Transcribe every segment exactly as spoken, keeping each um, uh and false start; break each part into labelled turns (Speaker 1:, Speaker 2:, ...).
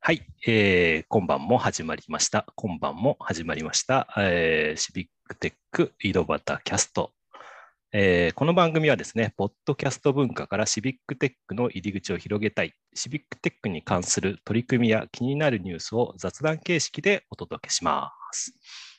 Speaker 1: はい、えー、今晩も始まりました。今晩も始まりました。えーシビックテック井戸端キャスト。えーこの番組はですね、ポッドキャスト文化からシビックテックの入り口を広げたい、シビックテックに関する取り組みや気になるニュースを雑談形式でお届けします。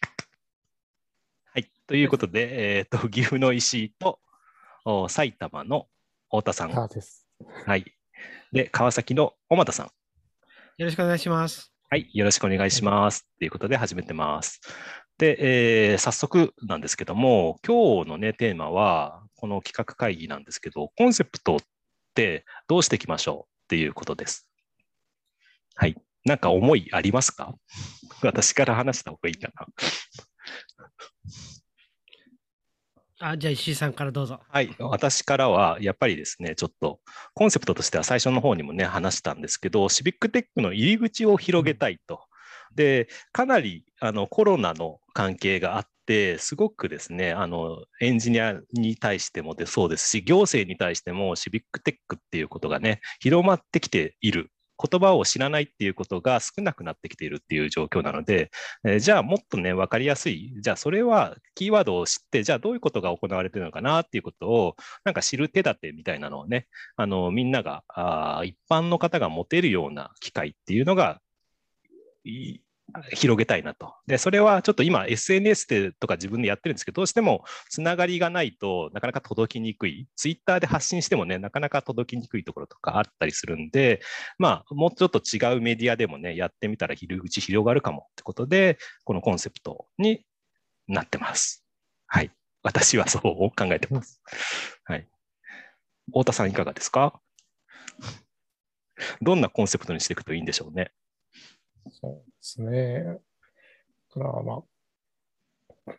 Speaker 1: はい、ということで、えーと、岐阜の石井とお埼玉の太田さん、
Speaker 2: ターです。
Speaker 1: はい、で、川崎の小俣さん。
Speaker 3: よろしくお願いします。
Speaker 1: はい、よろしくお願いします。ということで始めてます。で、えー早速なんですけども、今日のね、テーマは、この企画会議なんですけど、コンセプトってどうしていきましょうっていうことです。はい。なんか思いありますか？私から話した方がいいかな。
Speaker 3: あ、じゃあ石井さんからどうぞ。
Speaker 1: はい。私からは、やっぱりですね、ちょっと、コンセプトとしては最初の方にもね、話したんですけど、シビックテックの入り口を広げたいと。で、かなりあのコロナの関係があって、すごくですね、あのエンジニアに対してもでそうですし、行政に対してもシビックテックっていうことがね、広まってきている。言葉を知らないっていうことが少なくなってきているっていう状況なので、えーじゃあもっとね、わかりやすい、じゃあそれはキーワードを知って、じゃあどういうことが行われているのかなっていうことを、なんか知る手立てみたいなのをね、あのみんながあ、一般の方が持てるような機会っていうのがい広げたいなと。で、それはちょっと今 エスエヌエス でとか自分でやってるんですけど、どうしてもつながりがないとなかなか届きにくい。ツイッターで発信してもね、なかなか届きにくいところとかあったりするんで、まあ、もうちょっと違うメディアでもね、やってみたら入り口広がるかもってことで、このコンセプトになってます。はい。私はそう考えてます。はい。太田さんいかがですか？どんなコンセプトにしていくといいんでしょうね。
Speaker 2: そうですね。だからまあ、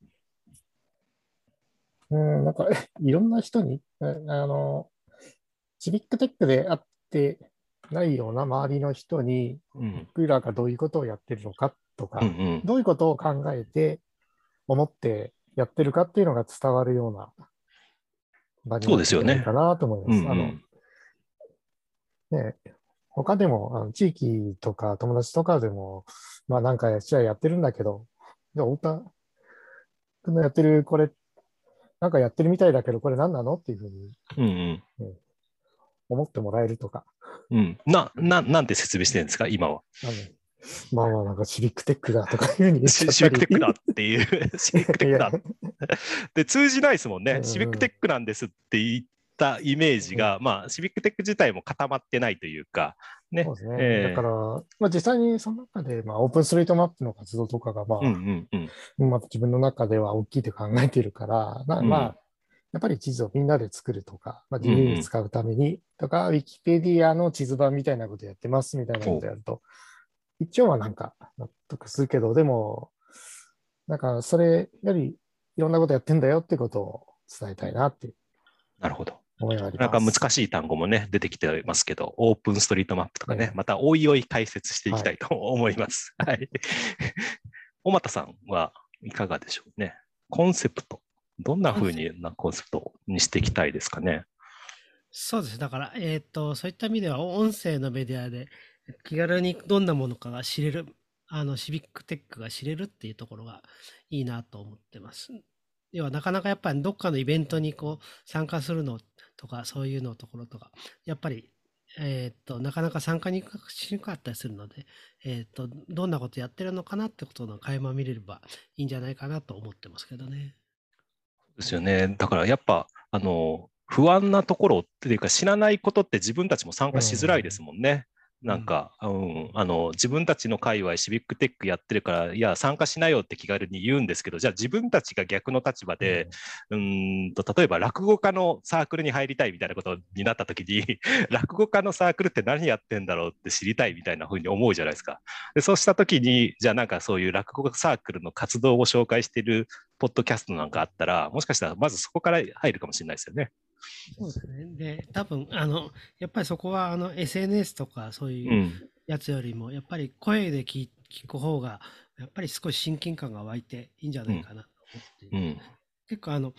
Speaker 2: うん、なんか、いろんな人に、ああの、シビックテックであってないような周りの人に、
Speaker 1: うん。
Speaker 2: 僕らがどういうことをやってるのかと
Speaker 1: うんう
Speaker 2: か、
Speaker 1: ん。
Speaker 2: どういうことを考えて、思ってやってるかっていうのが伝わるような場に
Speaker 1: そう
Speaker 2: なっていけない
Speaker 1: ですよね。
Speaker 2: かなと思いま
Speaker 1: うんう
Speaker 2: す。あの、
Speaker 1: ん。
Speaker 2: ね、他でも、あの地域とか友達とかでも、まあなんか試合やってるんだけど、じゃあ、太田君のやってるこれ、なんかやってるみたいだけど、これ何なのっていうふうに、
Speaker 1: うんうん。
Speaker 2: ね、思ってもらえるとか。
Speaker 1: うん。な、な、なんて説明してるんですか、今は。
Speaker 2: あのまあまあなんかシビックテックだとかいうふうに言っち
Speaker 1: シ
Speaker 2: ゃったり。
Speaker 1: シビックテックだっていうシビックテッ
Speaker 2: いや、
Speaker 1: クだ。で、通じないですもんね。シビック
Speaker 2: うん、
Speaker 1: テックなんですって言ったイメージ
Speaker 2: うん
Speaker 1: が、まあ、シビックテック自体も固まってないというか、ね。
Speaker 2: そうですね。だか
Speaker 1: え
Speaker 2: ら、まあ実際にその中で、まあオープンストリートマップの活動とかが、ま
Speaker 1: ー、うん
Speaker 2: あ、
Speaker 1: うんうん。
Speaker 2: まあ自分の中では大きいと考えているから、まあ、ま
Speaker 1: うん
Speaker 2: あ、やっぱり地図をみんなで作るとか、まあ、
Speaker 1: うんう
Speaker 2: 自由に
Speaker 1: ん。
Speaker 2: 使うためにとか、ウィキペディアの地図版みたいなことやってますみたいなこ
Speaker 1: お
Speaker 2: とやると、一応はなんか納得するけど、でも、なんかそれよりいろんなことやってんだよってことを伝えたいなっていう
Speaker 1: なるほど。
Speaker 2: 思いがあり
Speaker 1: なんか難
Speaker 2: ます。
Speaker 1: しい単語もね、出てきてますけど、オープンストリートマップとかね、
Speaker 2: ね、
Speaker 1: またおいおい解説していき
Speaker 2: はい。
Speaker 1: たいと思います。はい。小俣さんはいかがでしょうね。コンセプト。どんな風になコンセプトにしていきたいですかね。
Speaker 3: そうです。だから、えっと、そういった意味では、音声のメディアで気軽にどんなものかが知れる、あの、シビックテックが知れるっていうところがいいなと思ってます。要は、なかなかやっぱりどっかのイベントにこう参加するのとか、そういうのところとか、やっぱり、えっと、なかなか参加にくしにくかったりするので、えっと、どんなことやってるのかなってことの垣間見れればいいんじゃないかなと思ってますけどね。
Speaker 1: ですよね。だからやっぱ、あの、不安なところっていうか、知らないことって自分たちも参
Speaker 2: う
Speaker 1: 加しづらいです
Speaker 2: ん。
Speaker 1: もんね。なんか、うん、あの、自分たちの界隈、シビックテックやってるから、いや、参加しなよって気軽に言うんですけど、じゃあ自分たちが逆の立場で、うーんと、例えば落語家のサークルに入りたいみたいなことになった時に、落語家のサークルって何やってんだろうって知りたいみたいな風に思うじゃないですか。で、そうした時に、じゃあなんかそういう落語家サークルの活動を紹介しているポッドキャストなんかあったら、もしかしたらまずそこから入るかもしれないですよね。
Speaker 3: そうですね。で、多分、あの、やっぱりそこは、あの、エスエヌエス とかそういう
Speaker 1: うん。
Speaker 3: やつよりも、やっぱり声で聞聞く方が、やっぱり少し親近感が湧いていいんじゃ
Speaker 1: うん。
Speaker 3: ないかなと思っていて、
Speaker 1: うん。
Speaker 3: 結構、あの、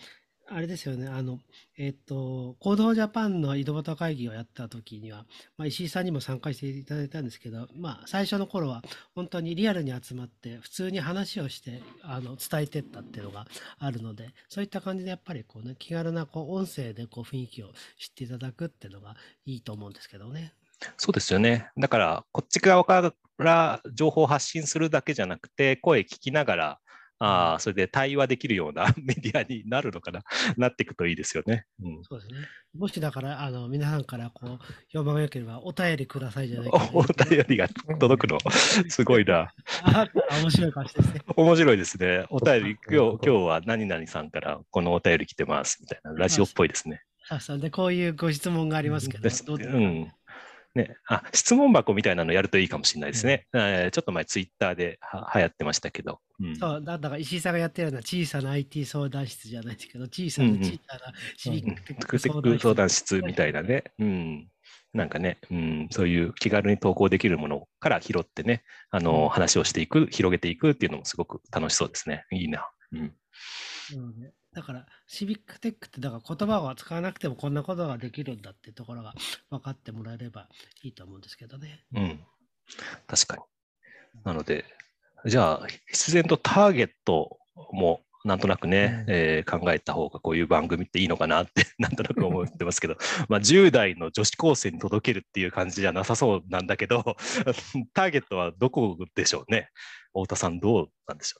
Speaker 3: あれですよね、あの、えっと、コードジャパンの井戸端会議をやった時には、まあ、石井さんにも参加していただいたんですけど、まあ、最初の頃は本当にリアルに集まって、普通に話をして、あの、伝えてったっていうのがあるので、そういった感じでやっぱりこうね、気軽なこう音声でこう雰囲気を知っていただくっていうのがいいと思うんですけどね。
Speaker 1: そうですよね。だから、こっち側から情報を発信するだけじゃなくて、声聞きながら、ああ、それで対話できるようなメディアになるのかな、なっていくといいですよね。うん、
Speaker 3: そうですね。もしだから、あの、皆さんからこう、評判が良ければ、お便りくださいじゃないけど、
Speaker 1: おお便りが届くの、すごいな。
Speaker 3: あったら面白いかもしれないですね。
Speaker 1: 面白いですね。お便り、今日、
Speaker 2: なるほど
Speaker 1: 今日は何々さんからこのお便り来てますみたいな、ラジオっぽいですね。
Speaker 3: あ、そうで、こういうご質問がありますけど、
Speaker 1: です
Speaker 3: どうですか？
Speaker 1: うんね、あ、質問箱みたいなのやるといいかもしれないですね。えーちょっと前ツイッターでは流行ってましたけど。うん
Speaker 3: そう、だだから石井さんがやってるような小さな アイティー 相談室じゃないですけど、小さ
Speaker 1: うんうん
Speaker 3: な小さなシビックテッ
Speaker 1: テ
Speaker 3: ク相談室。
Speaker 1: ク相談室みたいなね。うん。なんかね、うん、そういう気軽に投稿できるものから拾ってね、あの、
Speaker 3: うん
Speaker 1: 話をしていく、広げていくっていうのもすごく楽しそうですね。いいな。うん。
Speaker 3: うんだから、シビックテックって、だから言葉を使わなくてもこんなことができるんだっていうところが分かってもらえればいいと思うんですけどね。
Speaker 1: うん。確かに。なので、じゃあ、必然とターゲットもなんとなくね、
Speaker 2: うん
Speaker 1: えー考えた方がこういう番組っていいのかなってなんとなく思ってますけど、まあ、じゅう代の女子高生に届けるっていう感じじゃなさそうなんだけど、ターゲットはどこでしょうね。太田さん、どうなんでしょ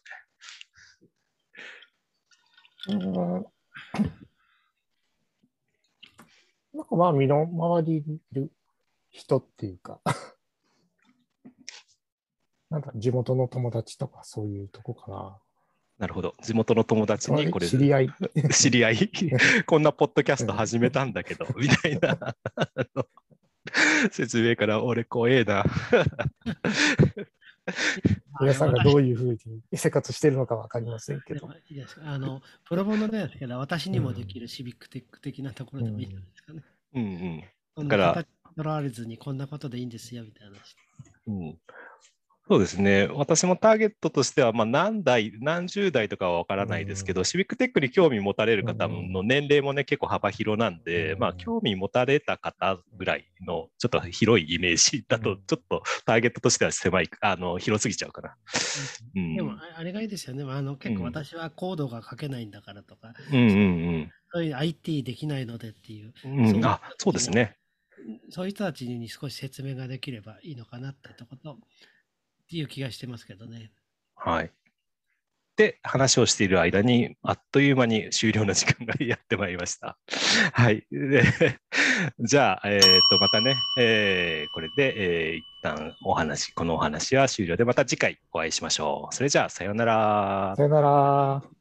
Speaker 2: うんなんかまあ身の回りにいる人っていうか、なんか地元の友達とかそういうとこかな。
Speaker 1: う。なるほど。地元の友達にこれ、
Speaker 2: 知り合い。
Speaker 1: 知り合いこんなポッドキャスト始めたんだけど、みたいなあの説明から俺怖えな。
Speaker 2: 皆さんがどういうふうに生活しているのかわかりませんけど
Speaker 3: でも。いいですか。あの、プロボノですけど、私にもできるシビックテック的なところでもいいんじゃないですかね。
Speaker 1: うんうん。
Speaker 3: こん
Speaker 1: だから
Speaker 3: な形にとらわれずに、こんなことでいいんですよ、みたいな。
Speaker 1: うんそうですね。私もターゲットとしては、まあ、何代、何十代とかは分からないですけど、シビックテックに興味持たれる方の年齢もね、結構幅広なんで、
Speaker 2: うん
Speaker 1: まあ、興味持たれた方ぐらいの、ちょっと広いイメージだと、ちょっとターゲットとしては狭い、あの、広すぎちゃうかな。うん
Speaker 3: でも、ああれがいいですよね。あの結構私はコードが書けないんだからとか、
Speaker 1: うんうん
Speaker 3: そういう アイティー できないのでっていう、
Speaker 1: うん。うん、あ、そうですね。
Speaker 3: そういう人たちに少し説明ができればいいのかなってとことっていう気がしてますけどね。
Speaker 1: はい。で、話をしている間に、あっという間に終了の時間がやってまいりました。はい。でじゃあ、えっ、と、またね、えーこれで、えー一旦お話、このお話は終了で、また次回お会いしましょう。それじゃあ、さようなら。
Speaker 2: さよなら。